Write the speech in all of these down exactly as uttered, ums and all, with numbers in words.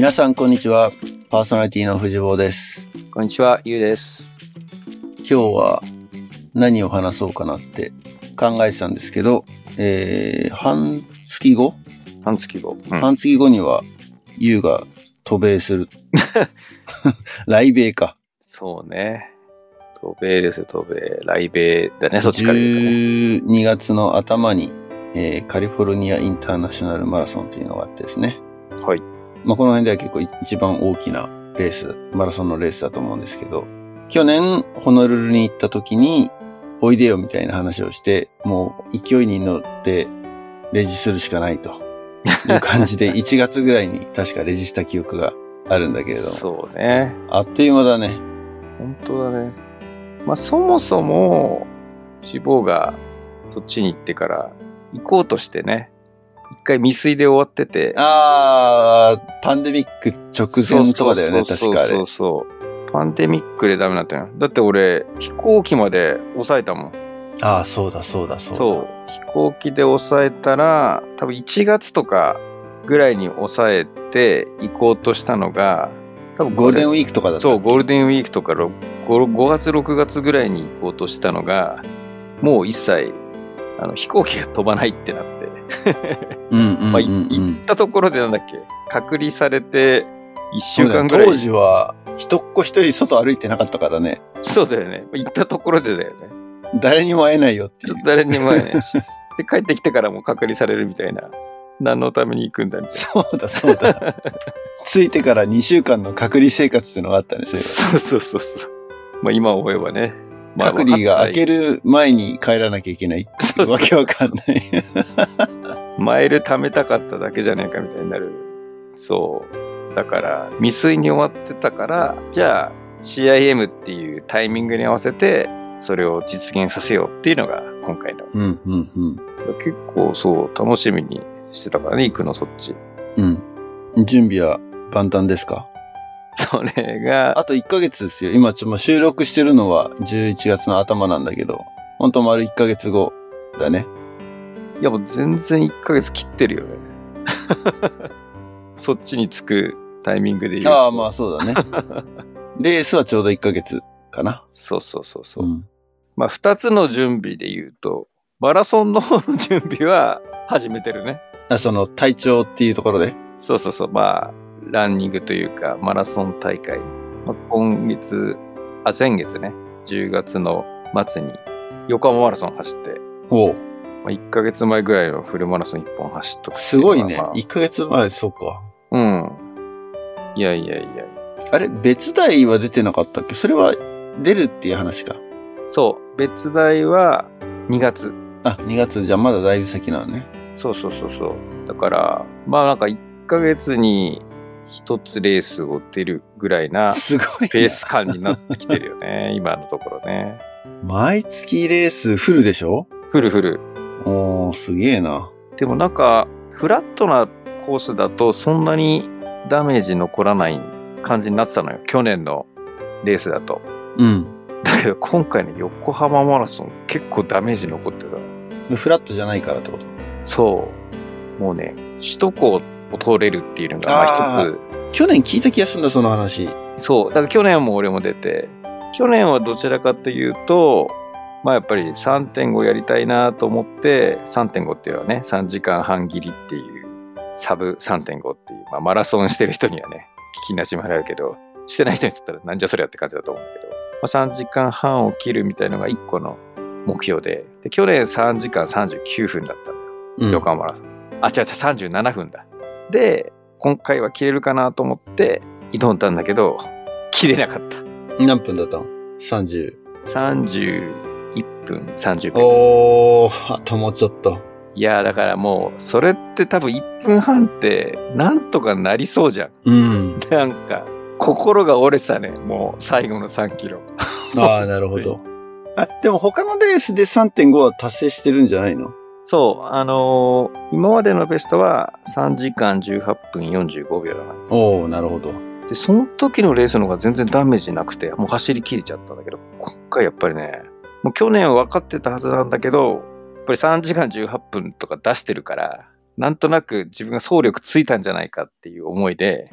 皆さんこんにちは。パーソナリティの藤坊です。 こんにちは、ゆうです。 今日は何を話そうかなって考えてたんですけど、えー、半月後半月後、 うん、半月後にはゆうが渡米する。来米か。 そうね。渡米ですよ、渡米。来米だね、そっちから言うとね。 じゅうにがつの頭に、えー、カリフォルニアインターナショナルマラソンというのがあってですね。 はい。 まあ、この辺では結構一番大きなレース、マラソンのレースだと思うんですけど、去年ホノルルに行った時においでよみたいな話をして、もう勢いに乗ってレジするしかないという感じでいちがつぐらいに確かレジした記憶があるんだけれども。 そうね。 あっという間だね。 本当だね。まあそもそも志望がそっちに行ってから行こうとしてね、一回未遂で終わってて。 あー、パンデミック直前とかだよね、確かあれ。 そうそうそう。パンデミックでダメだったよ。だって俺飛行機まで抑えたもん。 ああ、そうだそうだそうだ。 そう。飛行機で抑えたら、多分いちがつとかぐらいに抑えて行こうとしたのが、多分ゴールデンウィークとかだったっけ？ そう、ゴールデンウィークとか ご, ごがつろくがつぐらいに行こうとしたのが、もう一切あの飛行機が飛ばないってなって。 うんうんうんうん、 まあ、行ったところでなんだっけ、隔離されていっしゅうかんぐらい。 当時は一っ子一人外歩いてなかったからね。 そうだよね。行ったところでだよね。 誰にも会えないよっていう。 誰にも会えないし。で、帰ってきてからも隔離されるみたいな。何のために行くんだみたいな。 そうだそうだ。着いてからにしゅうかんの隔離生活っていうのがあったんですよ。 そうそうそうそう。まあ今思えばね。まあ、 隔離が明ける前に帰らなきゃいけないっていうわけわかんない。 マイル貯めたかっただけじゃねえかみたいになる。そう。だから未遂に終わってたから、じゃあ シーアイエム っていうタイミングに合わせてそれを実現させようっていうのが今回の。 うんうんうん。 結構そう楽しみにしてたからね、行くのそっち。 うん。準備は万端ですか？ それがあといっかげつですよ。今ちょっと収録してるのはじゅういちがつの頭なんだけど、ほんと丸いっかげつごだね。 いやもう全然いっかげつ切ってるよね。そっちに着くタイミングで言うと。 ああ、まあそうだね。レースはちょうどいっかげつかな。 そうそうそうそう。 うん、まあふたつの準備で言うと、マラソンの方の準備は始めてるね。 あ、その体調っていうところで。 そうそうそう。まあ、ランニングというか、マラソン大会。まあ、今月、あ、先月ね、じゅうがつの末に横浜マラソン走って、 おう。 まあ、いっかげつまえぐらいのフルマラソンいっぽん走っとく。 すごいね。 まあ、 いっかげつまえ、そうか。 うん。いやいやいや。 あれ、別台は出てなかったっけ？それは出るっていう話か。 そう。別台はにがつ。 あ、にがつじゃまだだいぶ先なのね。 そうそうそうそう。だから、まあなんかいっかげつに一つレースを出るぐらいなすごいペース感になってきてるよね。今のところね。 毎月レースフルでしょ？ フルフル。 おー、すげえな。 でもなんか、フラットなコースだとそんなにダメージ残らない感じになってたのよ。去年のレースだと。 うん。 だけど今回の横浜マラソン結構ダメージ残ってた。 フラットじゃないからってこと？ そう。もうね、首都高を通れるっていうのが、まあ一つ。去年聞いた気がするんだ、その話。 そう。だから去年も俺も出て、去年はどちらかというと、まあやっぱり さんてんご やりたいなと思って、さんてんご っていうのはね、さんじかんはん切りっていう、サブ さんてんご っていう、まあマラソンしてる人にはね、聞きなしもあるけど、してない人にとったらなんじゃそりゃって感じだと思うんだけど、まあ、さんじかんはんを切るみたいのがいっこの目標で、で去年さんじかんさんじゅうきゅうふんだったんだよ。うん、横浜マラソン。あ、違う違う、さんじゅうななふんだ。で、今回は切れるかなと思って挑んだんだけど、切れなかった。 何分だったの？ さんじゅう。 さんじゅういっぷん、さんじゅっぷん。 おー、あともうちょっと。 いやーだからもう、それって多分いっぷんはんってなんとかなりそうじゃん。 うん。 なんか、心が折れてたね。もう最後のさんキロ。 ああ、なるほど。あ、でも他のレースで さんてんご は達成してるんじゃないの？ そう、あのー、今までのベストはさんじかんじゅうはっぷんよんじゅうごびょうだな。 おー、なるほど。 で、その時のレースの方が全然ダメージなくて、もう走り切れちゃったんだけど、今回やっぱりね、もう去年は分かってたはずなんだけど、やっぱりさんじかんじゅうはっぷんとか出してるから、なんとなく自分が走力ついたんじゃないかっていう思いで、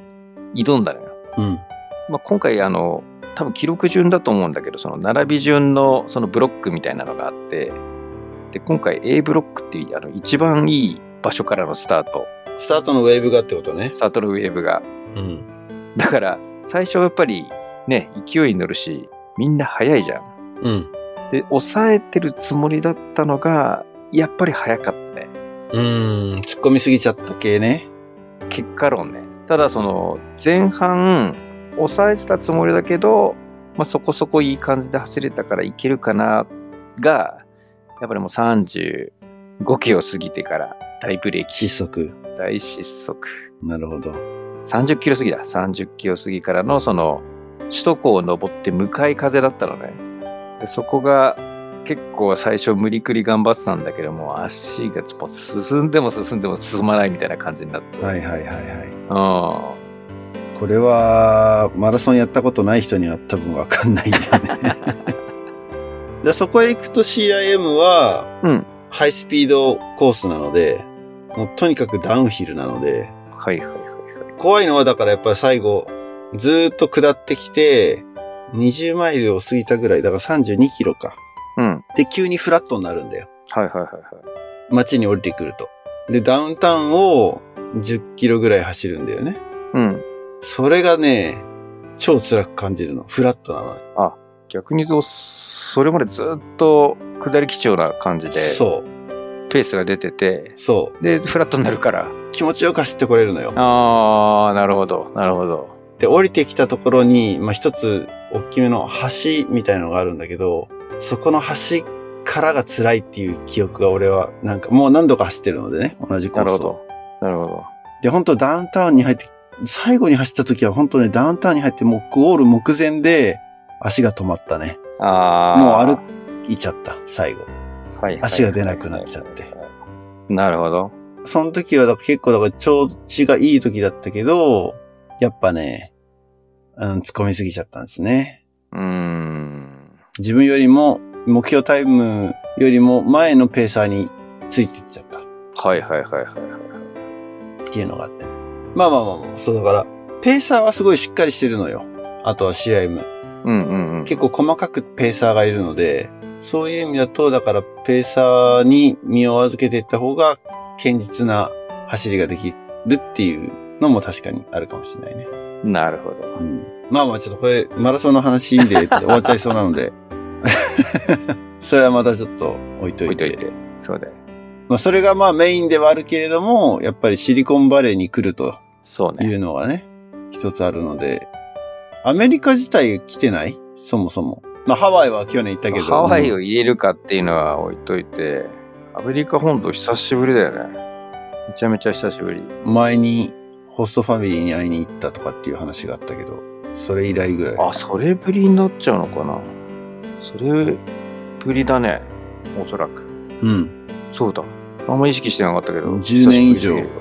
挑んだのよ。 うん。 まあ、今回あの多分記録順だと思うんだけど、その並び順のそのブロックみたいなのがあって、で今回 A ブロックっていうあの一番いい場所からのスタート。 スタートのウェーブがってことね。 スタートのウェーブが。 うん。 だから最初はやっぱりね勢いに乗るしみんな速いじゃん。 うん。 で抑えてるつもりだったのがやっぱり速かったね。 うーん。突っ込みすぎちゃった系ね。 結果論ね。ただその前半抑えてたつもりだけど、まあ、そこそこいい感じで走れたからいけるかながやっぱりもうさんじゅうごキロ過ぎてから大ブレーキ。 失速。 大失速。 なるほど。 さんじゅっキロ過ぎだ。さんじゅっキロ過ぎからのその首都高を登って向かい風だったのね。でそこが結構最初無理くり頑張ってたんだけども足がもう進んでも進んでも進まないみたいな感じになって。 はいはいはいはい。 うん。これはマラソンやったことない人には多分わかんないんだよね。でそこへ行くと シーアイエム は、うん、ハイスピードコースなので、もうとにかくダウンヒルなので、 はいはいはいはい。 怖いのはだからやっぱり最後ずーっと下ってきてにじゅうマイルを過ぎたぐらいだからさんじゅうにキロか。うん。で急にフラットになるんだよ。 はいはいはいはい。 街に降りてくると。でダウンタウンをじゅっキロぐらい走るんだよね。うん。それがね、超辛く感じるの。フラットなの。 あ、逆に言うと、それまでずっと下り基調な感じで。そう。ペースが出てて。そう。で、フラットになるから。 気持ちよく走ってこれるのよ。 あー、なるほど、なるほど。 で、降りてきたところに、まあ、一つ大きめの橋みたいなのがあるんだけど、そこの橋からが辛いっていう記憶が俺は、なんかもう何度か走ってるのでね、同じコースを。なるほど。なるほど。で、本当ダウンタウンに入って、最後に走った時は本当ね、ダウンタウンに入ってもうゴール目前で足が止まったね。ああ。もう歩いちゃった、最後。はい。足が出なくなっちゃって。 なるほど。 その時はだから結構だから調子がいい時だったけど、やっぱね、うん、突っ込みすぎちゃったんですね。うーん。自分よりも、目標タイムよりも前のペーサーについていっちゃった。 はいはいはいはいはい。 っていうのがあって。まあまあまあまあ、そうだから、ペーサーはすごいしっかりしてるのよ。あとは シーアイエム。うんうんうん。結構細かくペーサーがいるので、そういう意味だと、だからペーサーに身を預けていった方が堅実な走りができるっていうのも確かにあるかもしれないね。 なるほど。 うん、まあまあちょっとこれマラソンの話で終わっちゃいそうなので、それはまたちょっと置いといて。置いといて。そうだよ。まあそれがまあメインではあるけれども、やっぱりシリコンバレーに来るというのがね、一つあるので、アメリカ自体来てない？そもそも。まあハワイは去年行ったけど。 ハワイを入れるかっていうのは置いといて、アメリカ本土久しぶりだよね。めちゃめちゃ久しぶり。 前にホストファミリーに会いに行ったとかっていう話があったけど、それ以来ぐらい。 あ、それぶりになっちゃうのかな。それぶりだね。おそらく。うん。そうだ。あんま意識してなかったけど。 じゅうねん以上。うん。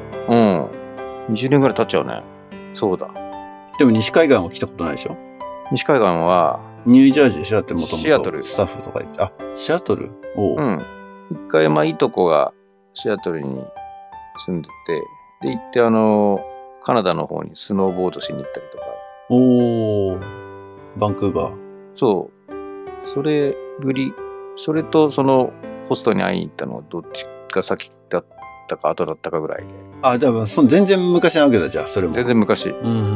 にじゅうねんぐらい経っちゃうね。そうだ。 でも西海岸は来たことないでしょ？ 西海岸は、 ニュージャージーでしょ？だってもともと。 シアトル。 スタッフとか行って。あ、シアトル？おう。 うん。一回、まあ、いとこがシアトルに住んでて、で、行って、あの、カナダの方にスノーボードしに行ったりとか。 おー。バンクーバー。 そう。それぶり、それとそのホストに会いに行ったのはどっちが先だったか後だったかぐらいで。 あ、でもその全然昔なわけだじゃあ、それも。 全然昔。うんうんうん。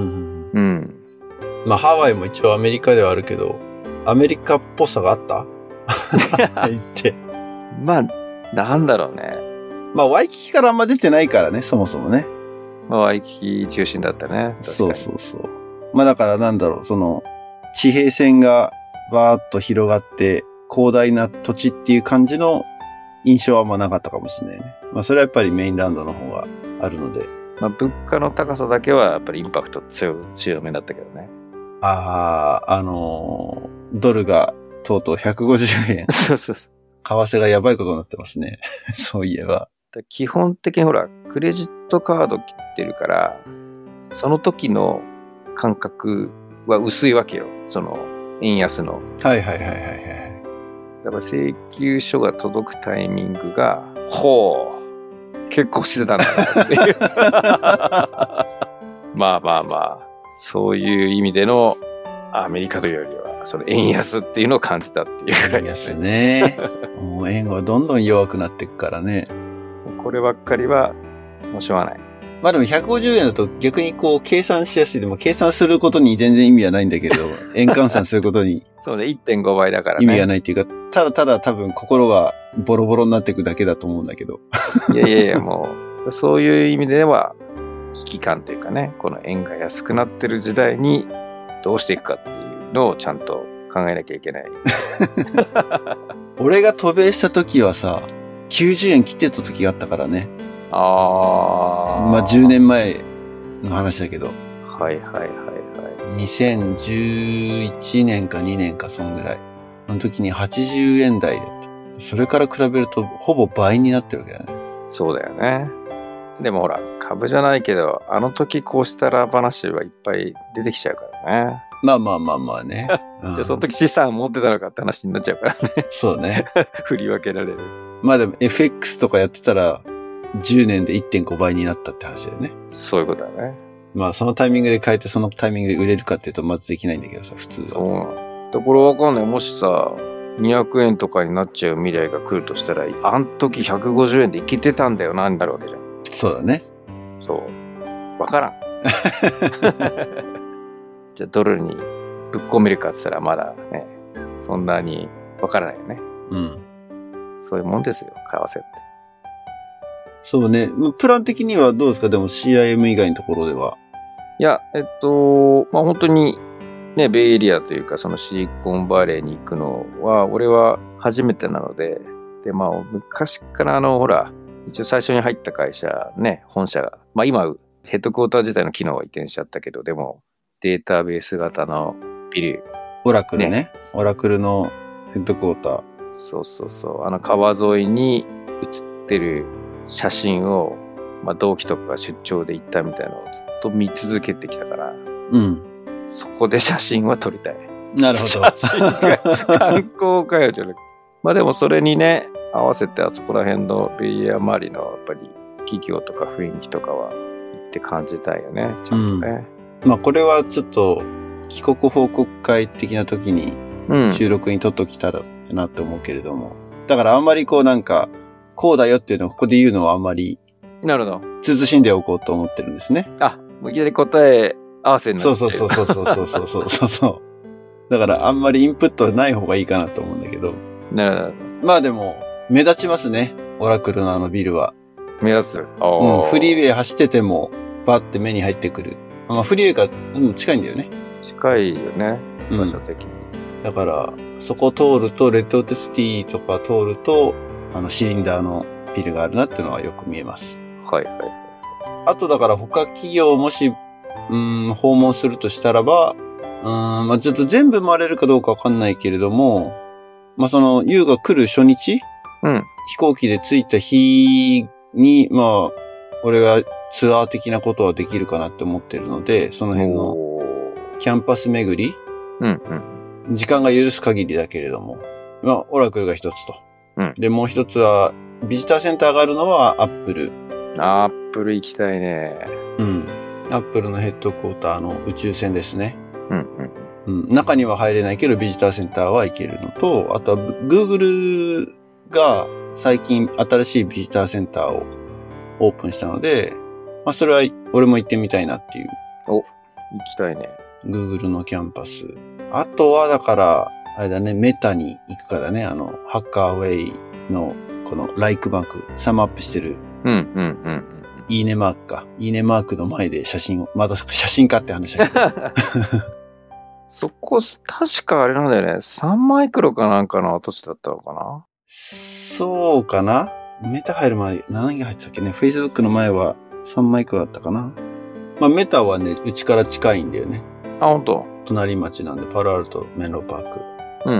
うん。 まあハワイも一応アメリカではあるけど、アメリカっぽさがあった？行って。 まあ、なんだろうね。 まあワイキキからあんま出てないからね、そもそもね。 まあワイキキ中心だったね。 そうそうそう。まあだからなんだろう、その地平線がバーッと広がって広大な土地っていう感じの印象はあんまなかったかもしれないね。まあそれはやっぱりメインランドの方があるので。 まあ物価の高さだけはやっぱりインパクト強強めだったけどね。 ああ、あのー、ドルがとうとうひゃくごじゅうえん。 そうそうそう。 為替がやばいことになってますね。そういえば。 基本的にほら、クレジットカード切ってるから、その時の感覚は薄いわけよ。その、円安の。 はいはいはいはいはい。 だから請求書が届くタイミングが、ほう、結構してたんだなっていう。まあまあまあ。 そういう意味でのアメリカというよりは、その円安っていうのを感じたっていうぐらいですね。円安ね。もう円はどんどん弱くなっていくからね。 こればっかりは、もうしょうがない。 まあでもひゃくごじゅうえんだと逆にこう計算しやすいでも計算することに全然意味はないんだけれど、円換算することにそうね、いってんごばいだからね。 意味がないっていうか、ただただ多分心がボロボロになっていくだけだと思うんだけど。 いやいやいや、もう、そういう意味では、危機感というかね、この円が安くなってる時代にどうしていくかっていうのをちゃんと考えなきゃいけない。 俺が渡米した時はさ、きゅうじゅうえん切ってた時があったからね。 ああ。 まあじゅうねんまえの話だけど。 はいはいはいはい。 にせんじゅういちねんかにねんかそんぐらい。あの時にはちじゅうえん台だった。それから比べるとほぼ倍になってるわけだね。 そうだよね。でもほら、株じゃないけど、あの時こうしたら話はいっぱい出てきちゃうからね。 まあまあまあまあね。 うん、じゃあその時資産持ってたのかって話になっちゃうからね。 そうね。 振り分けられる。 まあでも エフエックス とかやってたらじゅうねんで いってんごばいになったって話だよね。 そういうことだね。 まあそのタイミングで変えてそのタイミングで売れるかっていうとまずできないんだけどさ、普通は。 そうなの。ところわかんない。もしさ、にひゃくえんとかになっちゃう未来が来るとしたら、あん時ひゃくごじゅうえんでいけてたんだよな、になるわけじゃん。 そうだね。 そう。わからん。じゃあドルにぶっ込めるかって言ったらまだね、そんなにわからないよね。 うん。 そういうもんですよ、為替って。 そうね。プラン的にはどうですか？でも シーアイエム 以外のところでは。 いや、えっと、まあ本当にね、ベイエリアというかそのシリコンバレーに行くのは、俺は初めてなので、で、まあ昔からあの、ほら、一応最初に入った会社、ね、本社が、まあ今、ヘッドクォーター自体の機能は移転しちゃったけど、でもデータベース型のビル。 オラクルね。ねオラクルのヘッドクォーター。 そうそうそう。あの川沿いに写ってる写真を、まあ同期とかが出張で行ったみたいなのをずっと見続けてきたから、 うん。 そこで写真は撮りたい。 なるほど。 観光かよ、じゃなくて。まあでもそれにね、合わせてあそこら辺のベイエリア周りのやっぱり企業とか雰囲気とかは行って感じたいよね、ちゃんとね。 うん、まあこれはちょっと帰国報告会的な時に収録に撮っときたらなって思うけれども、うん、だからあんまりこうなんかこうだよっていうのをここで言うのはあんまりなるほど慎んでおこうと思ってるんですね。 あ、もういきなり答え合わせになってそうそうそうそうそうそうそうそうそうだからあんまりインプットない方がいいかなと思うんだけど。 なるほど。 まあでも目立ちますね、オラクルのあのビルは。 目立つ。うん、 フリーウェイ走っててもバッて目に入ってくる。まあフリーウェイから、うん、近いんだよね。 近いよね、場所的に。 うん、だからそこ通るとレッドオテスティとか通るとあのシリンダーのビルがあるなっていうのはよく見えます。 はいはいはい。 あとだから他企業もしうーん訪問するとしたらば、うーんまあちょっと全部回れるかどうかわかんないけれども、まあそのユーが来る初日、 うん、 飛行機で着いた日にまあ俺がツアー的なことはできるかなって思ってるので、その辺のキャンパス巡り、 うんうん、 時間が許す限りだけれども、まあオラクルが一つと、 うん、 でもう一つはビジターセンターがあるのはアップル。 アップル行きたいね。 うん。アップルのヘッドクォーターの宇宙船ですね。 うんうんうん。中には入れないけどビジターセンターは行けるのと、あとは Google が最近新しいビジターセンターをオープンしたので、まあそれは俺も行ってみたいなっていう。 お、行きたいね。 Google のキャンパス。あとはだから、あれだね、メタに行くかだね。あの、ハッカーウェイのこのライクマーク、サムアップしてる。 うんうんうん。 いいねマークか。いいねマークの前で写真を、まだ写真かって話だけど。 そこ、確かあれなんだよね。さんマイクロかなんかの跡地だったのかな？ そうかな？メタ入る前、何が入ってたっけね。Facebook の前はさんマイクロだったかな。まあメタはね、うちから近いんだよね。 あ、ほんと？ 隣町なんで、パロアルト、メンローパーク。 うんうん。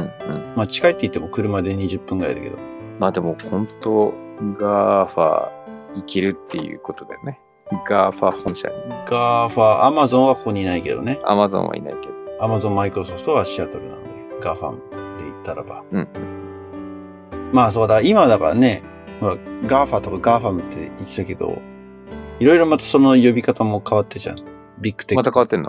まあ近いって言っても車でにじゅっぷんぐらいだけど。 まあでも本当ガーファ行けるっていうことだよね。ガーファ本社に。 ガーファ、アマゾンはここにいないけどね。 アマゾンはいないけど。 アマゾン、マイクロソフトはシアトルなので、ガーファで言ったらば。 うん。 まあそうだ、今だからね、ほら、ガーファとかガーファムって言ってたけど、いろいろまたその呼び方も変わってじゃん。ビッグテック。 また変わってんの？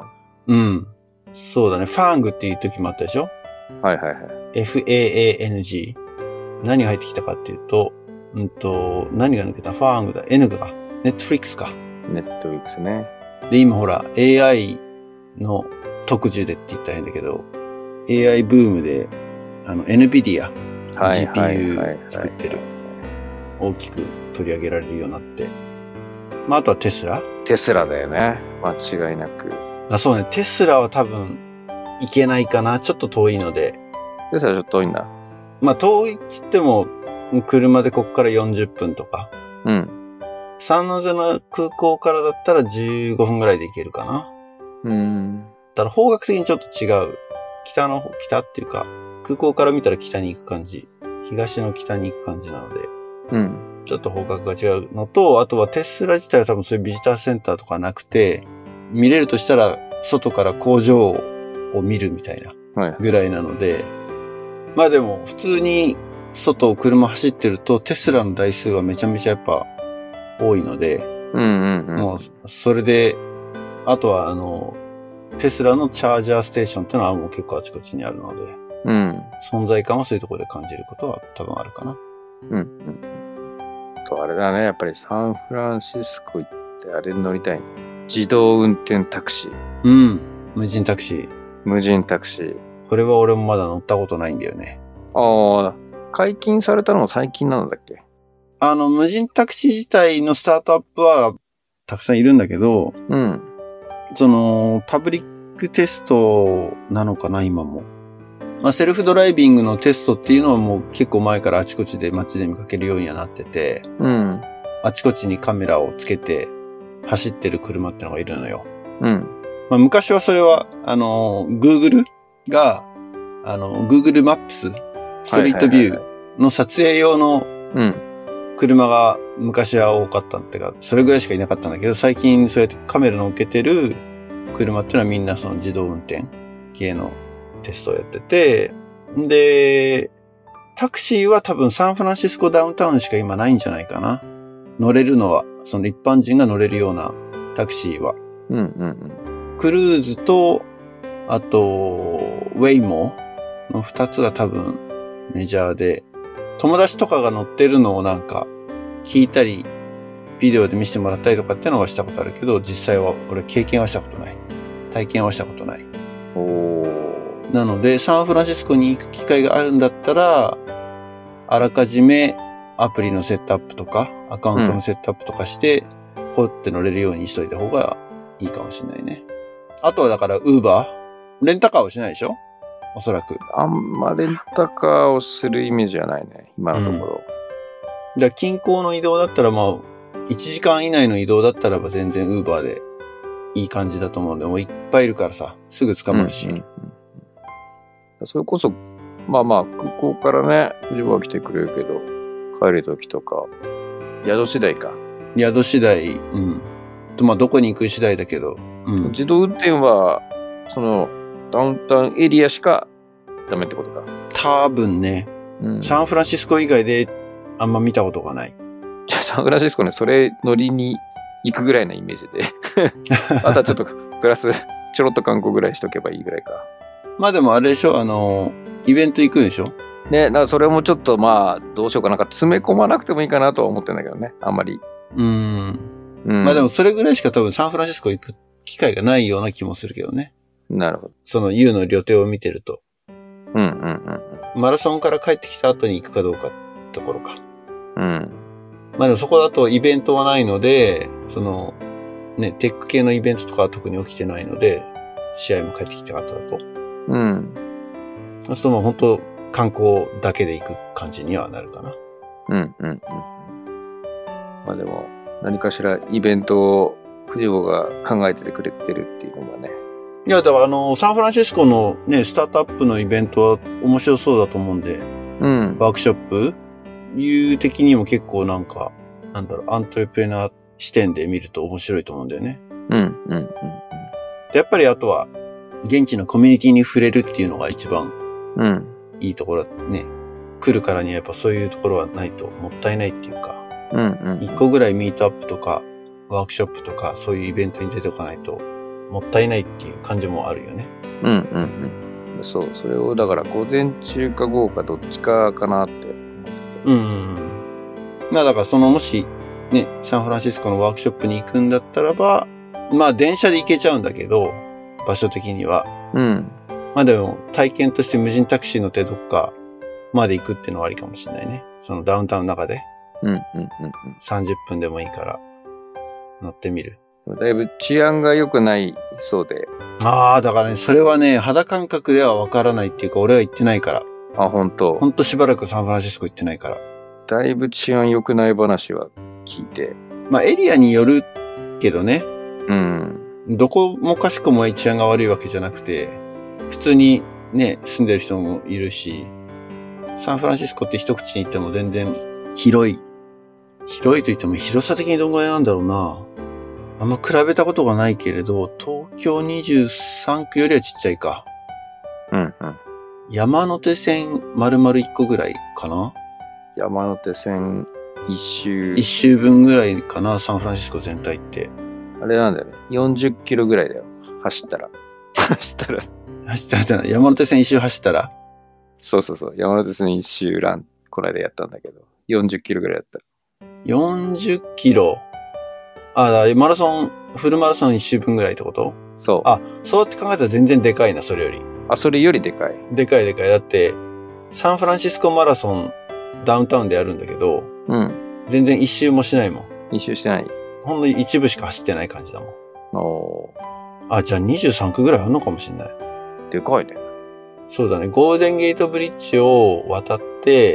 うん。そうだね。ファングっていう時もあったでしょ？ はいはいはい。 エフエーエーエヌジー。何が入ってきたかっていうと、うんと、何が抜けた？ファングだ。N が。ネットフリックスか。 ネットフリックスね。 で、今ほら、エーアイ の特需でって言ったら変だけど、エーアイ ブームで、あの、NVIDIA、 はいジーピーユはいはいー 作ってる。大きく取り上げられるようになって。まあ、あとはテスラ？ テスラだよね。間違いなく。 あ、そうね。テスラは多分、いけないかな。ちょっと遠いので。 テスラちょっと遠いんだ。 まあ、遠いっつっても、車でこっからよんじゅっぷんとか。 うん。 サンノゼの空港からだったらじゅうごふんぐらいで行けるかな。 うん。 だから方角的にちょっと違う。北の、北っていうか、空港から見たら北に行く感じ。東の北に行く感じなので。 うん。 ちょっと方角が違うのと、あとはテスラ自体は多分そういうビジターセンターとかなくて、見れるとしたら外から工場を見るみたいなぐらいなので、はい、まあでも普通に外を車走ってるとテスラの台数はめちゃめちゃやっぱ多いので、 うんうんうん、 もうそれで、あとはあの、テスラのチャージャーステーションっていうのはもう結構あちこちにあるので、 うん、 存在感はそういうところで感じることは多分あるかな。 うんうん。とあれだね、やっぱりサンフランシスコ行ってあれに乗りたい。自動運転タクシー。 うん。無人タクシー。 無人タクシー。 これは俺もまだ乗ったことないんだよね。 ああ、解禁されたのも最近なのだっけ？ あの、無人タクシー自体のスタートアップはたくさんいるんだけど、 うん。 その、パブリックテストなのかな、今も。まあ、セルフドライビングのテストっていうのはもう結構前からあちこちで街で見かけるようにはなってて、 うん。あちこちにカメラをつけて走ってる車ってのがいるのよ。 うん。 まあ、昔はそれは、あの、Google が、あの、Google マップス、ストリートビューの撮影用の車が昔は多かったってか、それぐらいしかいなかったんだけど、最近そうやってカメラの受けてる車っていうのはみんなその自動運転系のテストをやってて、で、タクシーは多分サンフランシスコダウンタウンしか今ないんじゃないかな。乗れるのは、その一般人が乗れるようなタクシーは。 うんうんうん。 クルーズと、あと、ウェイモの二つが多分メジャーで、友達とかが乗ってるのをなんか聞いたり、ビデオで見せてもらったりとかっていうのはしたことあるけど、実際は俺経験はしたことない。体験はしたことない。 おー。 なので、サンフランシスコに行く機会があるんだったら、あらかじめアプリのセットアップとか、アカウントのセットアップとかして、うん、ポって乗れるようにしといた方がいいかもしれないね。あとはだから、ウーバーレンタカーをしないでしょ？おそらく。 あんまレンタカーをするイメージはないね、今のところ。 うん、だ近郊の移動だったら、まあ、いちじかん以内の移動だったらば全然ウーバーでいい感じだと思うんで、もういっぱいいるからさ、すぐ捕まるし。うんうんうん、それこそ、まあまあ、空港からね、藤場は来てくれるけど、帰るときとか、宿次第か。 宿次第、うん。と、まあ、どこに行く次第だけど、うん、 自動運転は、その、ダウンタウンエリアしかダメってことか。 多分ね、うん、サンフランシスコ以外であんま見たことがない。 じゃあサンフランシスコね、それ乗りに行くぐらいなイメージで。あとはちょっとプラスちょろっと観光ぐらいしとけばいいぐらいか。 まあでもあれでしょ、あの、イベント行くでしょ？ ね、だからそれもちょっとまあ、どうしようかなんか詰め込まなくてもいいかなとは思ってんだけどね、あんまり。 うーん。うん、まあでもそれぐらいしか多分サンフランシスコ行く機会がないような気もするけどね。 なるほど。 その U の旅程を見てると。 うんうんうんうん。 マラソンから帰ってきた後に行くかどうかってところか。 うん。 まあでもそこだとイベントはないので、その、ね、テック系のイベントとかは特に起きてないので、試合も帰ってきた後だと。 うん。 そうするともう本当観光だけで行く感じにはなるかな。 うんうんうん。まあでも、何かしらイベントを藤尾が考えててくれてるっていうのがね。 いや、だからあの、サンフランシスコのね、スタートアップのイベントは面白そうだと思うんで、 うん。 ワークショップいう的にも結構なんか、なんだろう、アントレプレナー視点で見ると面白いと思うんだよね。 うん、うん、うん。 で、やっぱりあとは、現地のコミュニティに触れるっていうのが一番、 うん。 いいところね。来るからにはやっぱそういうところはないともったいないっていうか、 うん、うん。 一個ぐらいミートアップとか、ワークショップとか、そういうイベントに出ておかないと、 もったいないっていう感じもあるよね。 うんうんうん。そう、それをだから午前中か午後かどっちかかなって思ってて。 うんうんうん。まあだからそのもしね、サンフランシスコのワークショップに行くんだったらば、まあ電車で行けちゃうんだけど、場所的には。 うん。 まあでも体験として無人タクシー乗ってどっかまで行くっていうのはありかもしれないね。そのダウンタウンの中で。 うんうんうんうん。 さんじゅっぷんでもいいから乗ってみる。 だいぶ治安が良くないそうで。 ああ、だからね、それはね、肌感覚ではわからないっていうか、俺は行ってないから。 あ、本当。 ほんとしばらくサンフランシスコ行ってないから。 だいぶ治安良くない話は聞いて。 まあエリアによるけどね。 うん。 どこもかしこも治安が悪いわけじゃなくて、普通にね、住んでる人もいるし、サンフランシスコって一口に言っても全然広い。広いと言っても広さ的にどんぐらいなんだろうな。あんま比べたことがないけれど、東京にじゅうさんくよりはちっちゃいか。 うんうん。 山手線丸々一個ぐらいかな。 山手線一周。 一周分ぐらいかな、サンフランシスコ全体って。 あれなんだよね。よんじゅっキロぐらいだよ。走ったら。走ったら。 走ったら、山手線一周走ったら。 そうそうそう。山手線一周ラン、この間やったんだけど。よんじゅっキロぐらいだった。 よんじゅっキロ。あ、だマラソン、フルマラソン一周分ぐらいってこと？ そう。 あ、そうやって考えたら全然でかいな、それより。 あ、それよりでかい。 でかいでかい。だって、サンフランシスコマラソン、ダウンタウンでやるんだけど、 うん。 全然一周もしないもん。 一周してない。 ほんの一部しか走ってない感じだもん。 おー。あ、じゃあにじゅうさんくぐらいあるのかもしれない。 でかいね。 そうだね。ゴールデンゲートブリッジを渡って、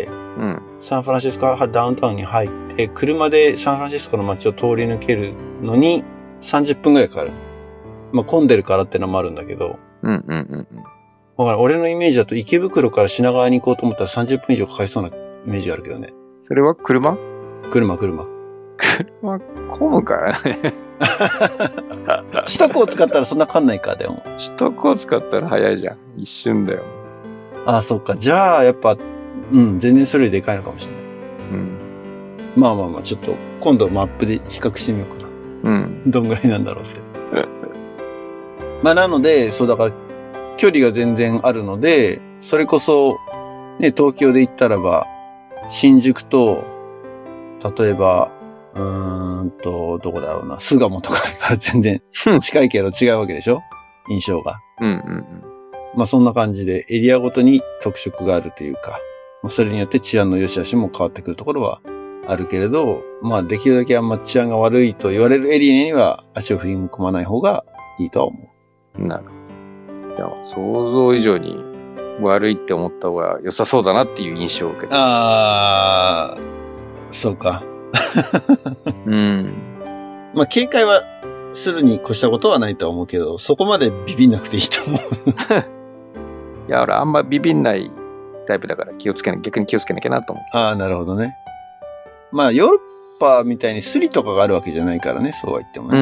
うん。 サンフランシスコダウンタウンに入って、車でサンフランシスコの街を通り抜けるのにさんじゅっぷんぐらいかかる。まあ混んでるからってのもあるんだけど。 うんうんうんうん。 だから俺のイメージだと池袋から品川に行こうと思ったらさんじゅっぷん以上かかりそうなイメージがあるけどね。 それは車？ 車、車。 車、混むかね。 首都高を使ったらそんなかかんないか、でも。 首都高使ったら早いじゃん。一瞬だよ。 ああ、そっか。じゃあ、やっぱ、うん、全然それよりでかいのかもしれない。 うん。 まあまあまあ、ちょっと、今度マップで比較してみようかな。 うん。 どんぐらいなんだろうって。まあ、なので、そうだから、距離が全然あるので、それこそ、ね、東京で行ったらば、新宿と、例えば、うーんと、どこだろうな、巣鴨とかだったら全然近いけど違うわけでしょ？印象が。 うんうんうん。 まあそんな感じでエリアごとに特色があるというか、まあ、それによって治安の良し悪しも変わってくるところはあるけれど、まあできるだけあんま治安が悪いと言われるエリアには足を踏み込まない方がいいとは思う。なるほど。いや、想像以上に悪いって思った方が良さそうだなっていう印象を受けた。 ああ、そうか。 うん。 まあ警戒はするに越したことはないとは思うけど、そこまでビビんなくていいと思う。 いや、俺あんまビビんないタイプだから気をつけな、逆に気をつけなきゃなと思う。 ああ、なるほどね。まあヨーロッパみたいにスリとかがあるわけじゃないからね、そうは言ってもね。 うん。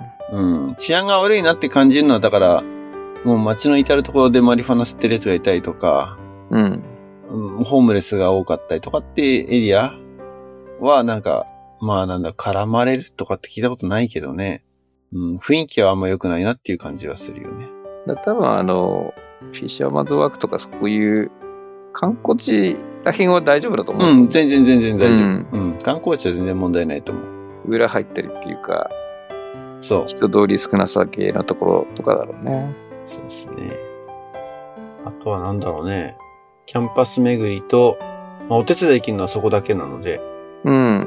うん。治安が悪いなって感じるのは、だから、もう街の至るところでマリファナ吸ってる奴がいたりとか、 うん。 ホームレスが多かったりとかってエリアはなんか、まあなんだ、絡まれるとかって聞いたことないけどね。うん、雰囲気はあんま良くないなっていう感じはするよね。 だ多分あの、フィッシャーマンズワークとかそういう観光地らへんは大丈夫だと思う。 うん、全然全然大丈夫。 ううん、観光地は全然問題ないと思う。 裏入ったりっていうか、 そう。 人通り少なさ系なところとかだろうね。 そうですね。あとはなんだろうね。キャンパス巡りと、まあ、お手伝い行けるのはそこだけなので、 うん。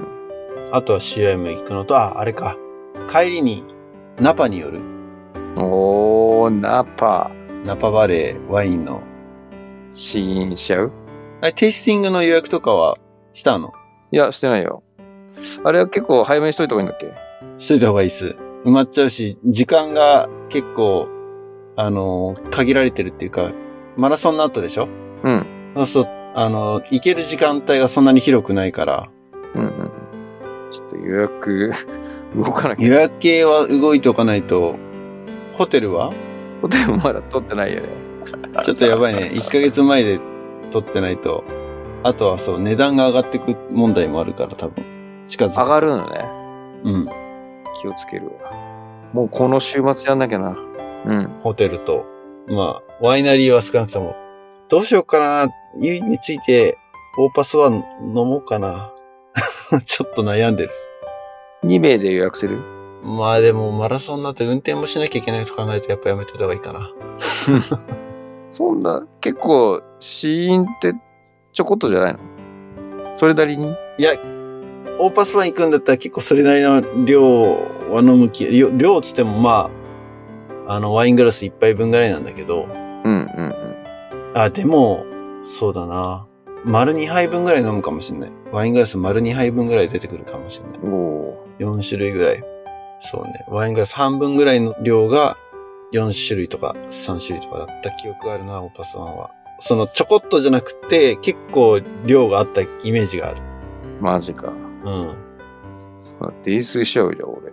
あとは シーアイエム 行くのと、あ、あれか。帰りに、ナパによる。 おー、ナパ。 ナパバレー、ワインの。 試飲しちゃう？ あれ、テイスティングの予約とかはしたの？ いや、してないよ。あれは結構早めにしといた方がいいんだっけ？ しといた方がいいっす。埋まっちゃうし、時間が結構、あの、限られてるっていうか、マラソンの後でしょ？ うん。 そうすると、あの、行ける時間帯がそんなに広くないから。 うんうん。ちょっと予約、動かなきゃ。 予約系は動いておかないと、ホテルは？ ホテルもまだ取ってないよね。 ちょっとやばいね。いっかげつまえで取ってないと。あとはそう、値段が上がってく問題もあるから多分。近づく。 上がるのね。 うん。 気をつけるわ。 もうこの週末やんなきゃな。うん。 ホテルと、まあ、ワイナリーは少なくとも。どうしようかな。ユイについて、オーパスワン飲もうかな。ちょっと悩んでる。 に名で予約する？ まあでも、マラソンになって運転もしなきゃいけないと考えると、やっぱやめておいた方がいいかな。 そんな、結構、死因ってちょこっとじゃないの？それなりに？ いや、オーパスワン行くんだったら結構それなりの量は飲む気、量、量つってもまあ、あの、ワイングラス一杯分ぐらいなんだけど。 うんうんうん。 あ、でも、そうだな。丸にはいぶんぐらい飲むかもしれない。ワイングラス丸にはいぶんぐらい出てくるかもしれない。 おー。 よん種類ぐらい。そうね。ワイングラス半分ぐらいの量がよん種類とかさん種類とかだった記憶があるな、オーパスワンは。そのちょこっとじゃなくて結構量があったイメージがある。 マジか。 うん。 そう泥酔しちゃうじゃん、俺。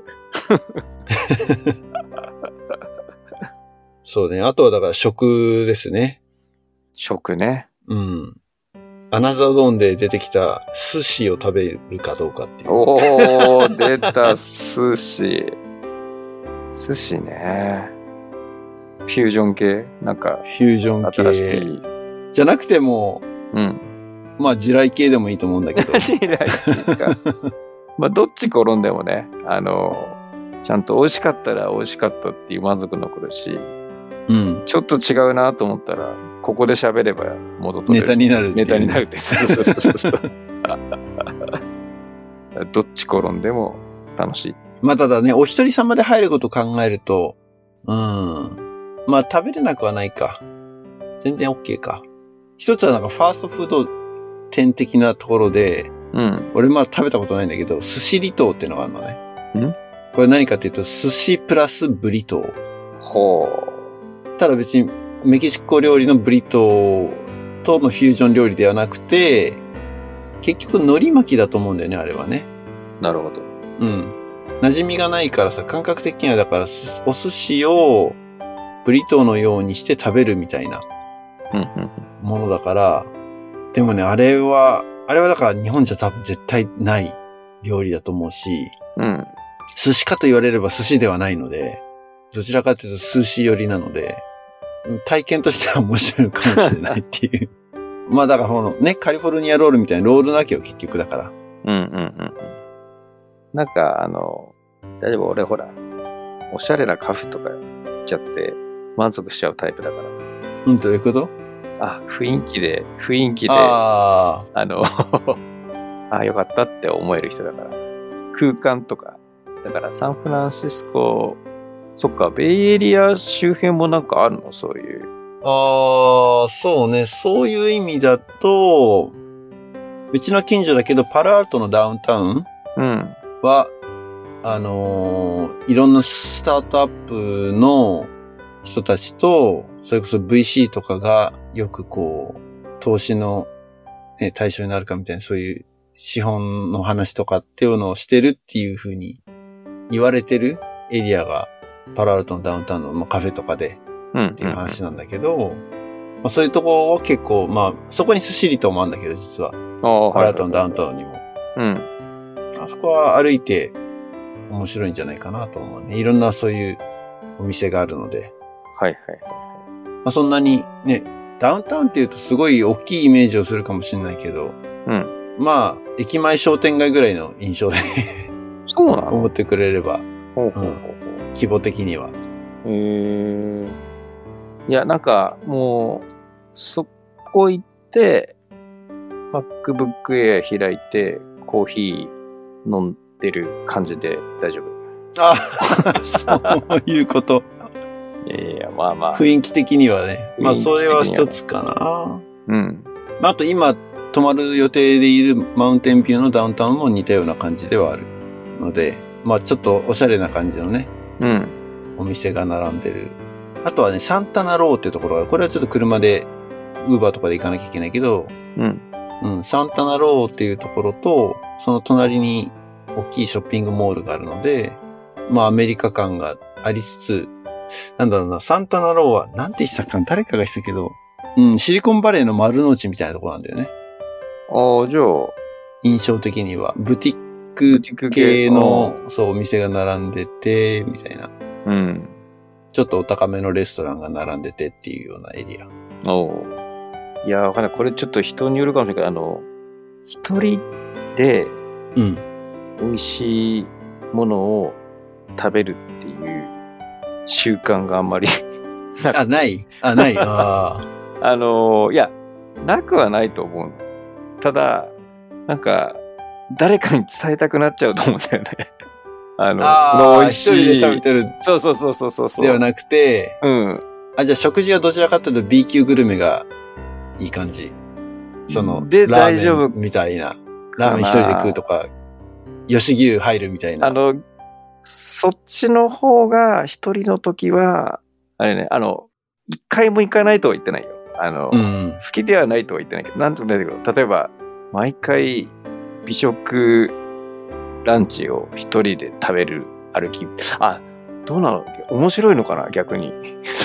そうね。あとはだから食ですね。 食ね。 うん。アナザードーンで出てきた寿司を食べるかどうかっていう。 おー、出た、寿司。寿司ね。フュージョン系なんか。 フュージョン系。 新しい。 じゃなくても、 うん。 まあ、地雷系でもいいと思うんだけど。 地雷系か。まあ、どっち転んでもね、あの、ちゃんと美味しかったら美味しかったっていう満足残るし、 うん。 ちょっと違うなと思ったら、ここで喋れば元取れる。 ネタになる。 ネタになるって。そうそうそうそう。どっち転んでも楽しい。 まあ、ただね、お一人様で入ることを考えると、うん。まあ、食べれなくはないか。全然 OK か。一つはなんかファーストフード店的なところで、 うん。 俺まだ食べたことないんだけど、寿司離島っていうのがあるのね。 ん？ これ何かっていうと、寿司プラスブリトー。 ほう。ただ別にメキシコ料理のブリトーとのフュージョン料理ではなくて、結局海苔巻きだと思うんだよね、あれはね。 なるほど。 うん。馴染みがないからさ、感覚的にはだから、お寿司をブリトーのようにして食べるみたいなものだから、でもね、あれは、あれはだから日本じゃ多分絶対ない料理だと思うし、 うん。 寿司かと言われれば寿司ではないので、どちらかというと寿司寄りなので、体験としては面白いかもしれないっていう。まあだからこのね、カリフォルニアロールみたいなロールなきゃ結局だから。 うんうんうんうん。なんかあの、大丈夫俺ほら、おしゃれなカフェとか行っちゃって満足しちゃうタイプだから。 うん、どういうこと？ あ、雰囲気で、雰囲気で、 ああの、あ、よかったって思える人だから。空間とか。だからサンフランシスコ、そっか、ベイエリア周辺もなんかあるの？そういう。 ああ、そうね。そういう意味だと、うちの近所だけど、パラアルトのダウンタウンは、うん、あのー、いろんなスタートアップの人たちと、それこそ ブイシー とかがよくこう、投資の、ね、対象になるかみたいな、そういう資本の話とかっていうのをしてるっていう風に言われてるエリアが、パラアルトのダウンタウンの、まあ、カフェとかで、っていう話なんだけど、うんうんうん、まあ、そういうとこは結構、まあ、そこに寿司離島もあるんだけど、実は。パラアルトのダウンタウンにも。 うん。 あそこは歩いて面白いんじゃないかなと思うね。いろんなそういうお店があるので。 はいはいはい。 まあ、そんなにね、ダウンタウンって言うとすごい大きいイメージをするかもしれないけど、 うん。 まあ、駅前商店街ぐらいの印象でそうなの？ 思ってくれれば、 ほうほうほうほう、うん、 規模的には。 へー。いや、なんか、もう、そこ行って、MacBook Air 開いて、コーヒー飲んでる感じで大丈夫？ あ、そういうこと。 いやいや、まあまあ。 雰囲気的にはね。まあ、それは一つかな。 うん。 まあ、あと今、泊まる予定でいるマウンテンビューのダウンタウンも似たような感じではあるので、まあ、ちょっとおしゃれな感じのね。 うん。 お店が並んでる。あとはね、サンタナローっていうところが、これはちょっと車で、ウーバーとかで行かなきゃいけないけど、 うん。 うん、サンタナローっていうところと、その隣に大きいショッピングモールがあるので、まあアメリカ感がありつつ、なんだろうな、サンタナローは、なんて言ってたかな、誰かが言ってたけど、うん、シリコンバレーの丸の内みたいなところなんだよね。 ああ、じゃあ。 印象的には、ブティック系の、そう、お店が並んでて、みたいな。 うん。 ちょっとお高めのレストランが並んでてっていうようなエリア。 おう。いや、わかんない。これちょっと人によるかもしれないけど、あの、一人で、 うん。 美味しいものを食べるっていう習慣があんまりあ、ないあ、ないああ。あの、いや、なくはないと思う。ただ、なんか、誰かに伝えたくなっちゃうと思うんだよね。あの、 ああ、 美味しい。 一人で食べてる。 そうそうそうそうそうそう。 ではなくて、 うん。 あ、じゃあ食事はどちらかというと B 級グルメがいい感じ。その、 で、 ラーメン大丈夫みたいな。ラーメン一人で食うとか、吉牛入るみたいな。 あの、そっちの方が一人の時は、あれね、あの、一回も行かないとは言ってないよ。あの、 うん、 好きではないとは言ってないけど、なんともないけど、例えば、毎回、美食ランチを一人で食べる歩き。あ、どうなの？面白いのかな逆に。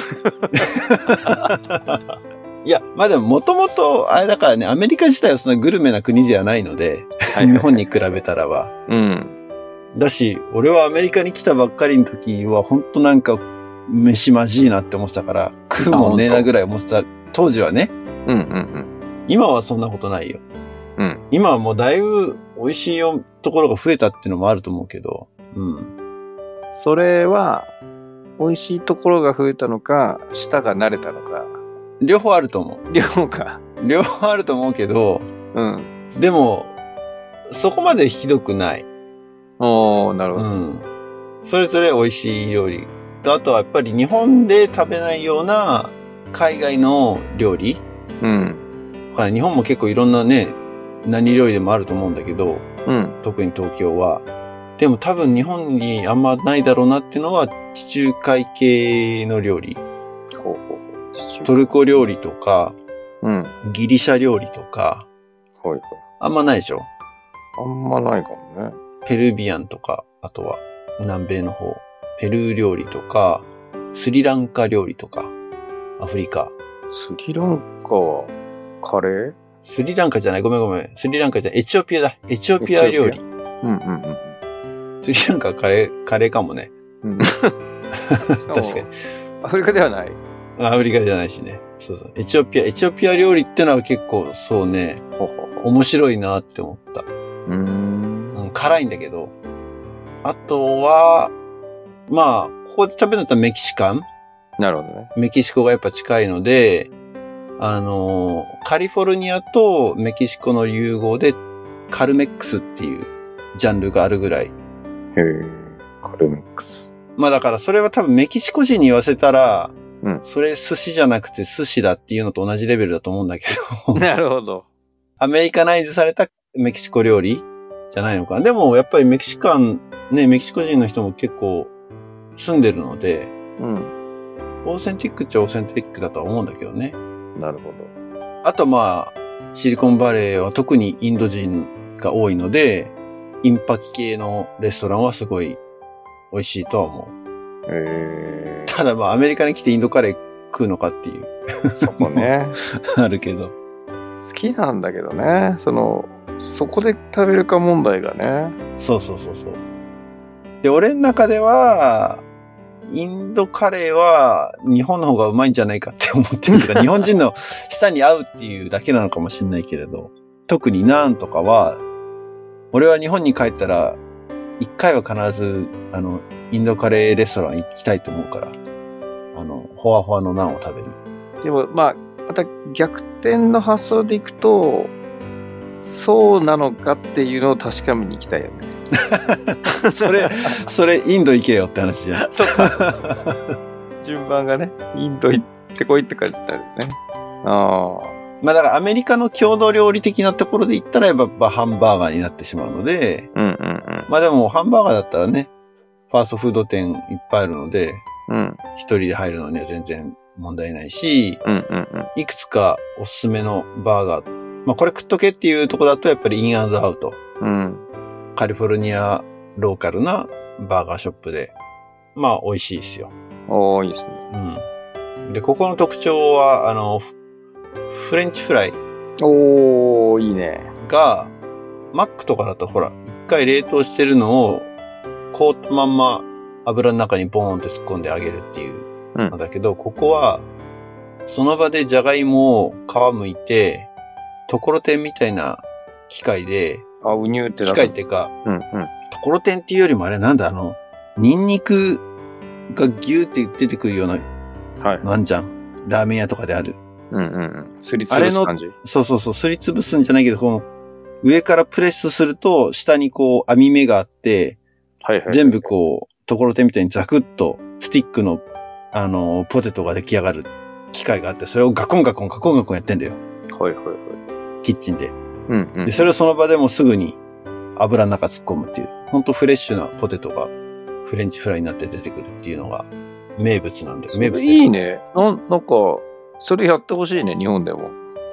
いや、まあでももともと、あれだからね、アメリカ自体はそんなグルメな国ではないので、はいはいはい、日本に比べたらは。 うん。 だし、俺はアメリカに来たばっかりの時は、ほんとなんか、飯まじいなって思ってたから、食うもんねえなぐらい思ってた、当時はね。 うんうんうん。 今はそんなことないよ。 うん。 今はもうだいぶ美味しいところが増えたっていうのもあると思うけど、うん。 それは、美味しいところが増えたのか、舌が慣れたのか。 両方あると思う。 両方か。 両方あると思うけど、 うん。 でも、そこまでひどくない。 おー、なるほど。 うん。それぞれ美味しい料理。と、あとはやっぱり日本で食べないような海外の料理。 うん。 日本も結構いろんなね、何料理でもあると思うんだけど、 うん。 特に東京は。でも多分日本にあんまないだろうなっていうのは地中海系の料理。 ほうほうほう。 トルコ料理とか、 うん。 ギリシャ料理とか、 はいはい。 あんまないでしょ？ あんまないかもね。 ペルビアンとか、あとは南米の方、ペルー料理とか、スリランカ料理とか、アフリカ。 スリランカはカレー？ スリランカじゃない、ごめんごめん。スリランカじゃない、エチオピアだ。エチオピア料理。 うんうんうん。 スリランカはカレー、カレーかもね。うん、確かに。 アフリカではない。 アフリカじゃないしね。そうそう。エチオピア、エチオピア料理ってのは結構そうね、ほほほ面白いなって思った。 うーん、 うん。辛いんだけど。あとは、まあ、ここで食べるんだったらメキシカン？ なるほどね。 メキシコがやっぱ近いので、あの、カリフォルニアとメキシコの融合でカルメックスっていうジャンルがあるぐらい。へー、カルメックス。 まあだからそれは多分メキシコ人に言わせたら、 うん、 それ寿司じゃなくて寿司だっていうのと同じレベルだと思うんだけど。 なるほど。 アメリカナイズされたメキシコ料理じゃないのかな。でもやっぱりメキシカン、ね、メキシコ人の人も結構住んでるので、 うん。 オーセンティックっちゃオーセンティックだとは思うんだけどね。 なるほど。 あとまあ、シリコンバレーは特にインド人が多いので、インパキ系のレストランはすごい美味しいとは思う。 へー。 ただまあアメリカに来てインドカレー食うのかっていう。 そこね。 あるけど。 好きなんだけどね。その、そこで食べるか問題がね。 そうそうそうそう。で、俺の中では、インドカレーは日本の方がうまいんじゃないかって思ってるけど、日本人の舌に合うっていうだけなのかもしれないけれど、特にナーンとかは、俺は日本に帰ったら、一回は必ず、あの、インドカレーレストラン行きたいと思うから、あの、ほわほわのナンを食べる。 でも、まあ、また逆転の発想でいくと、そうなのかっていうのを確かめに行きたいよね。 それ、それインド行けよって話じゃん。 そっか。順番がね、インド行ってこいって感じになるよね。ああ。 まあだからアメリカの郷土料理的なところで言ったらやっぱハンバーガーになってしまうので、 うんうんうん。 まあでもハンバーガーだったらね、ファーストフード店いっぱいあるので、 うん、 一人で入るのには全然問題ないし、 うんうんうん、 いくつかおすすめのバーガー、まあこれ食っとけっていうところだとやっぱりインアンドアウト。 うん。 カリフォルニアローカルなバーガーショップで、まあ美味しいですよ。 おー、いいですね。 うん。で、ここの特徴は、あの、フレンチフライ。 おー、いいね。 が、マックとかだとほら、一回冷凍してるのを、凍ったまんま、 油の中にボーンって突っ込んであげるっていうのだけど、うん、ここは、その場でじゃがいもを皮むいて、ところてんみたいな機械で、 あ、うにゅうって機械っていうか、 うんうん、 ところてんっていうよりもあれなんだ、あの、ニンニクがギューって出てくるような、はい。なんじゃん。ラーメン屋とかである。 うんうんうん。すりつぶす感じ。 あれの、そうそうそう、すりつぶすんじゃないけど、この、上からプレスすると、下にこう、網目があって、 はいはいはい、 全部こう、ところてんみたいにザクッと、スティックの、あの、ポテトが出来上がる機械があって、それをガコンガコンガコンガコンやってんだよ。 はいはいはい。 キッチンで。 うんうん。 で、それをその場でもすぐに油の中突っ込むっていう、ほんとフレッシュなポテトがフレンチフライになって出てくるっていうのが名物なんだよ。名物いいね。な、なんか、それやってほしいね、日本でも。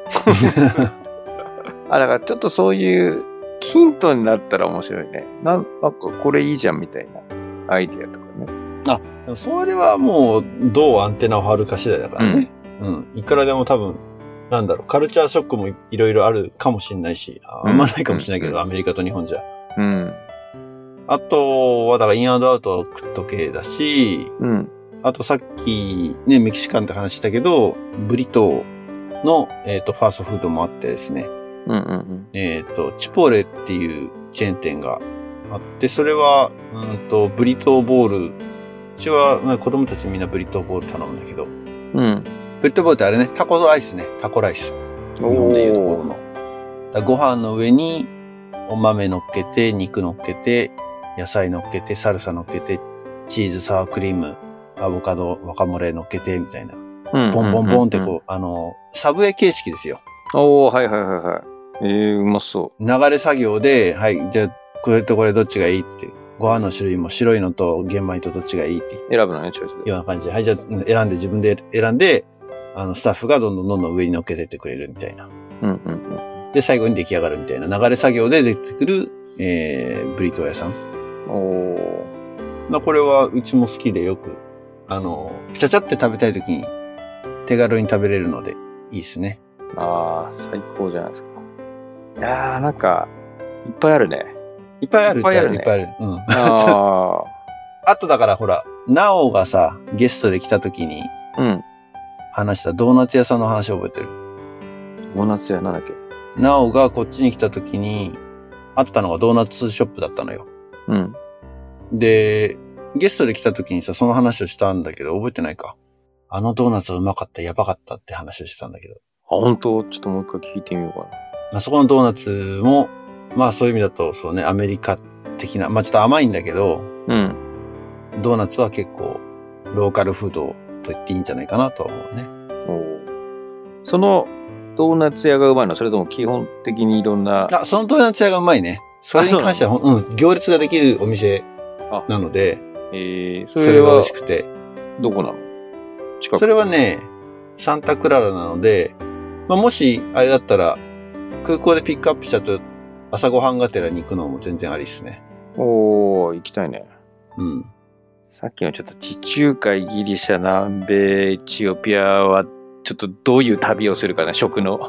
あ、だからちょっとそういうヒントになったら面白いね。な、なんかこれいいじゃんみたいなアイディアとかね。 あ、でもそれはもうどうアンテナを張るか次第だからね。うん。うん、いくらでも多分、なんだろう、カルチャーショックもいろいろあるかもしれないし、あんまないかもしれないけど、うん、アメリカと日本じゃ。 うん。 あとは、だからインアウトアウトは食っとけだし、 うん。 あとさっきね、メキシカンって話したけど、ブリトーの、えっと、ファーストフードもあってですね。 うんうんうん。 えっと、チポレっていうチェーン店があって、それは、うんと、ブリトーボール。うちは、まあ、子供たちみんなブリトーボール頼むんだけど。 うん。 ブリトーボールってあれね、タコライスね。タコライス。日本でいうところの。だご飯の上に、お豆乗っけて、肉乗っけて、野菜乗っけて、サルサ乗っけて、チーズ、サワークリーム、アボカド、ワカモレ乗っけて、みたいな。うん。ボンボンボンってこう、うんうん、あの、サブウェイ形式ですよ。 おー、はいはいはいはい。えー、うまそう。 流れ作業で、はい、じゃあ、これとこれどっちがいいって、ご飯の種類も白いのと玄米とどっちがいいって。 選ぶのね、チョイスで。 ような感じで。はい、じゃあ、選んで自分で選んで、あの、スタッフがどんどんどんどん上に乗っけてってくれるみたいな。 うんうんうん。 で、最後に出来上がるみたいな流れ作業で出てくる、えー、ブリトー屋さん。 おー。 まあ、これはうちも好きでよく、あの、ちゃちゃって食べたいときに手軽に食べれるのでいいですね。 ああ、最高じゃないですか。いやー、なんか、いっぱいあるね。 いっぱいあるっちゃいっぱいある。うん。ああとだからほら、ナオがさ、ゲストで来たときに、 うん。 話したドーナツ屋さんの話覚えてる？ ドーナツ屋なんだっけ？ ナオがこっちに来たときに、あったのがドーナツショップだったのよ。 うん。 で、ゲストで来たときにさ、その話をしたんだけど、覚えてないか？あのドーナツうまかった、やばかったって話をしてたんだけど。 あ、本当？ちょっともう一回聞いてみようかな。 まあ、そこのドーナツも、まあそういう意味だと、そうね、アメリカ的な、まあちょっと甘いんだけど、 うん。 ドーナツは結構、ローカルフードと言っていいんじゃないかなとは思うね。 おそのドーナツ屋がうまいの？それとも基本的にいろんな。 あ、そのドーナツ屋がうまいね。それに関しては、うん、行列ができるお店なので、 えー、 それ, それが美味しくて。 どこなの？近く？ それはね、サンタクララなので、まあ、もし、あれだったら、空港でピックアップしたと、朝ごはんがてらに行くのも全然ありっすね。 おー、行きたいね。 うん。 さっきのちょっと地中海、ギリシャ、南米、エチオピアは、ちょっとどういう旅をするかな、食の。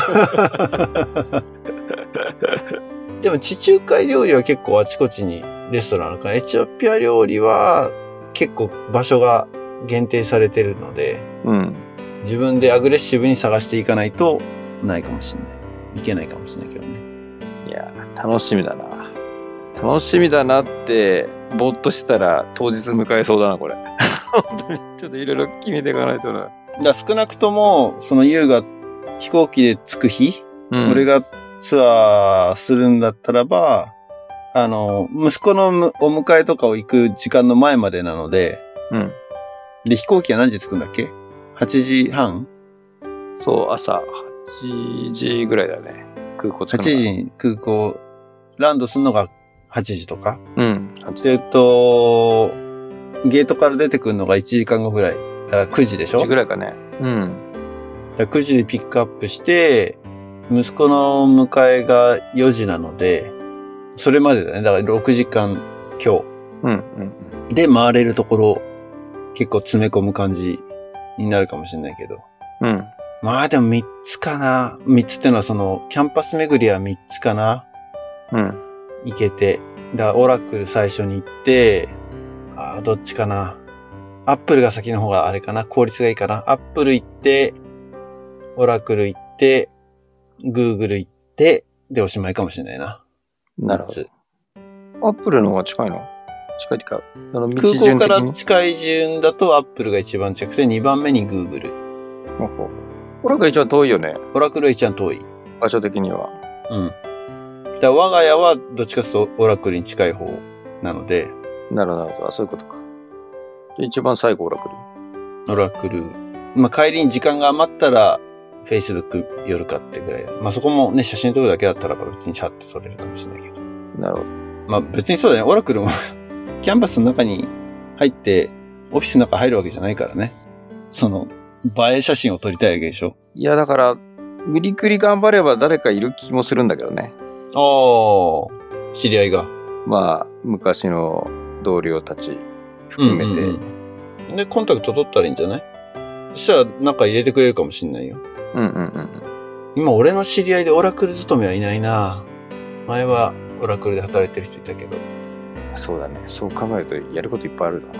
でも地中海料理は結構あちこちにレストランあるから、エチオピア料理は結構場所が限定されてるので、 うん。 自分でアグレッシブに探していかないとないかもしれない。いけないかもしれないけどね。 いや、楽しみだな。楽しみだなって、ぼーっとしたら当日迎えそうだな、これ。本当に、ちょっといろいろ決めていかないとな。だから少なくとも、そのユウが飛行機で着く日、うん、俺がツアーするんだったらば、あの、息子のお迎えとかを行く時間の前までなので、 うん。 で、飛行機は何時着くんだっけ？ はち 時半？ そう、朝はちじぐらいだね。空港着くのが。はちじに空港、ランドするのがはちじとか？ うん。 で、えっと、ゲートから出てくるのがいちじかんごぐらい。だからくじでしょ？ くじぐらいかね。うん。 だからくじでピックアップして、息子の迎えがよじなので、それまでだね。だからろくじかん強。 うんうんうん。 で、回れるところ、結構詰め込む感じになるかもしれないけど。 うん。 まあでもみっつかな。みっつってのはその、キャンパス巡りはみっつかな。 うん。 行けて。だからオラクル最初に行って、 あーどっちかな。アップルが先の方があれかな。効率がいいかな。アップル行って、オラクル行って、グーグル行って、でおしまいかもしれないな。 なるほど。アップルの方が近いの？近いってか、 あの空港から近い順だとアップルが一番近くて、にばんめにグーグル。 ほほオラクル一番遠いよね。 オラクルは一番遠い。 場所的には。 うん。だから我が家はどっちかというとオラクルに近い方なので。 なるほど、なるほど。そういうことか。一番最後オラクル。 オラクル。まあ帰りに時間が余ったら、Facebook 寄るかってぐらい。まあそこもね、写真撮るだけだったら別にシャッと撮れるかもしれないけど。 なるほど。 まあ別にそうだね。オラクルもキャンパスの中に入って、オフィスの中入るわけじゃないからね。その、映え写真を撮りたいわけでしょ。 いやだから、無理くり頑張れば誰かいる気もするんだけどね。 ああ、知り合いが。 まあ、昔の同僚たち含めて。 うんうんうん、で、コンタクト取ったらいいんじゃない？そしたら中入れてくれるかもしんないよ。 うんうんうん。 今俺の知り合いでオラクル勤めはいないな。前はオラクルで働いてる人いたけど。 そうだね。そう考えるとやることいっぱいあるな。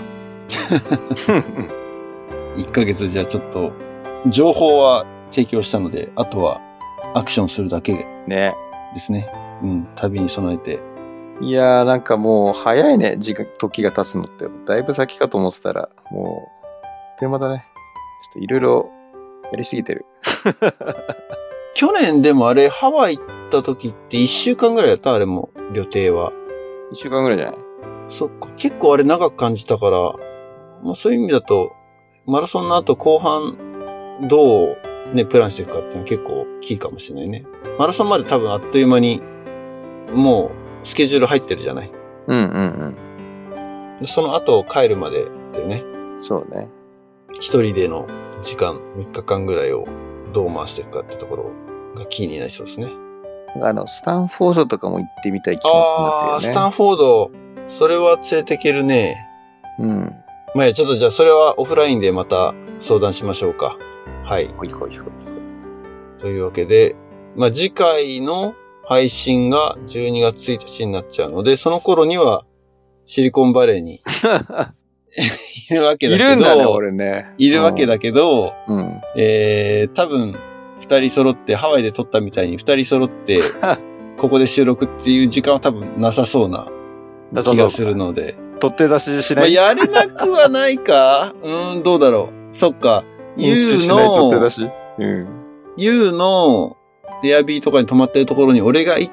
いっかげつじゃあちょっと、情報は提供したので、あとはアクションするだけね。 ですね。うん、旅に備えて。 いやーなんかもう早いね、時間、時が経つのって。だいぶ先かと思ってたら、もう、あっという間だね。ちょっといろいろやりすぎてる。 去年でもあれ、ハワイ行った時っていっしゅうかんぐらいやった？あれも、旅程は。 いっしゅうかんぐらいじゃない？ そっか、結構あれ長く感じたから、まあそういう意味だと、マラソンの後後半、どうね、プランしていくかっていうのは結構キーかもしれないね。マラソンまで多分あっという間に、もうスケジュール入ってるじゃない。 うんうんうん。その後帰るまでだよね。 そうね。 一人での時間、みっかかんぐらいをどう回していくかってところがキーになりそうですね。 あの、スタンフォードとかも行ってみたい気持ちになってるよね。 ああ、スタンフォード、それは連れてけるね。 うん。 まあいや、ちょっとじゃあそれはオフラインでまた相談しましょうか。はい。 ほいほいほいほい。 というわけで、まあ次回の配信がじゅうにがつついたちになっちゃうので、その頃にはシリコンバレーにいるわけだけど。 いるんだね、俺ね。 いるわけだけど、 うん、 えー、多分、二人揃って、ハワイで撮ったみたいに二人揃って、ここで収録っていう時間は多分なさそうな気がするので。 取って出ししない、 まあ、やれなくはないかうーん、どうだろう。そっか。ユーの、 取って出し、うん、 ユーの、デアビーとかに泊まってるところに俺が行って、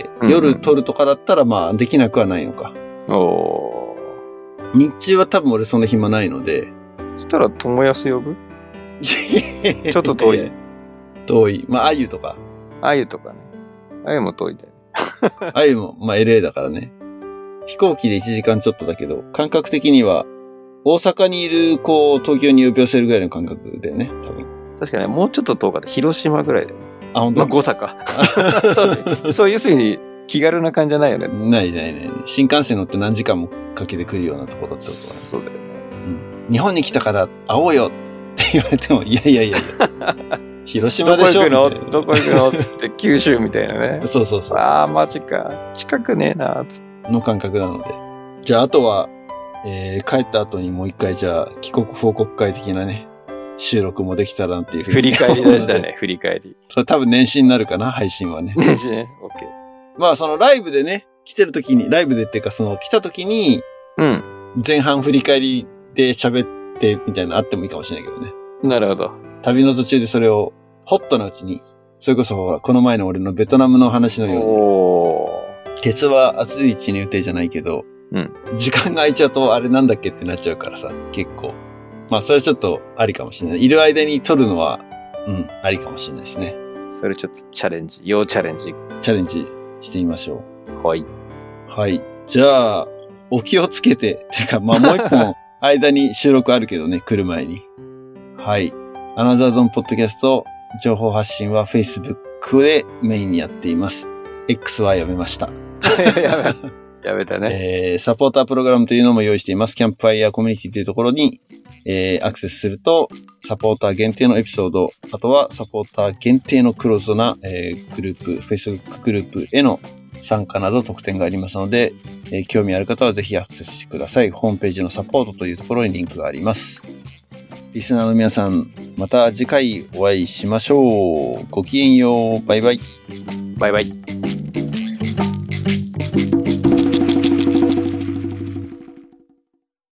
うんうん、夜撮るとかだったらまあできなくはないのか。 おー。日中は多分俺そんな暇ないので。 そしたら友安呼ぶちょっと遠い。 遠い。まあ、あゆとか。 あゆとかね。あゆも遠いんだよね。 あゆも、まあ エルエー だからね。飛行機でいちじかんちょっとだけど、感覚的には、大阪にいる子を東京に呼び寄せるぐらいの感覚だよね、多分。 確かに、もうちょっと遠かった。広島ぐらいだよね。 あ、本当？ まあ、誤差か。そう、そういうするに気軽な感じじゃないよね。 ないないない。新幹線乗って何時間もかけてくるようなところだったと。 そうだよね、 うん。日本に来たから会おうよって言われても、いやいやいやいや。広島でしょどこ行くのどこ行くのつって九州みたいなね。 そうそうそうそう。 ああ、マジか。近くねえな、つって。 の感覚なので。じゃあ、あとは、えー、帰った後にもう一回、じゃあ、帰国報告会的なね、収録もできたらなっていうふうに。 振り返り大事だね、振り返り。 それ多分年始になるかな、配信はね。 年始ね、オッケー。 まあ、そのライブでね、来てる時に、ライブでっていうか、その来た時に、 うん。 前半振り返りで喋ってみたいなのあってもいいかもしれないけどね。 なるほど。 旅の途中でそれを、ホットなうちに、それこそほら、この前の俺のベトナムの話のように、 おー。 鉄は熱いうちに打てじゃないけど、 うん。 時間が空いちゃうとあれなんだっけってなっちゃうからさ、結構。まあそれちょっとありかもしれない。いる間に撮るのは、うん、ありかもしれないですね。 それちょっとチャレンジ、要チャレンジ。 チャレンジしてみましょう。はい。 はい。じゃあ、お気をつけて、てかまあもう一本間に収録あるけどね、来る前に。はい。アナザードンポッドキャスト、情報発信は Facebook でメインにやっています。X はやめました。 やめ、やめたね。 えー、サポータープログラムというのも用意しています。キャンプファイヤーコミュニティというところに、えー、アクセスすると、サポーター限定のエピソード、あとはサポーター限定のクローズドな、えー、グループ、Facebook グループへの参加など特典がありますので、えー、興味ある方はぜひアクセスしてください。ホームページのサポートというところにリンクがあります。リスナーの皆さん、また次回お会いしましょう。ごきげんよう。バイバイ。 バイバイ。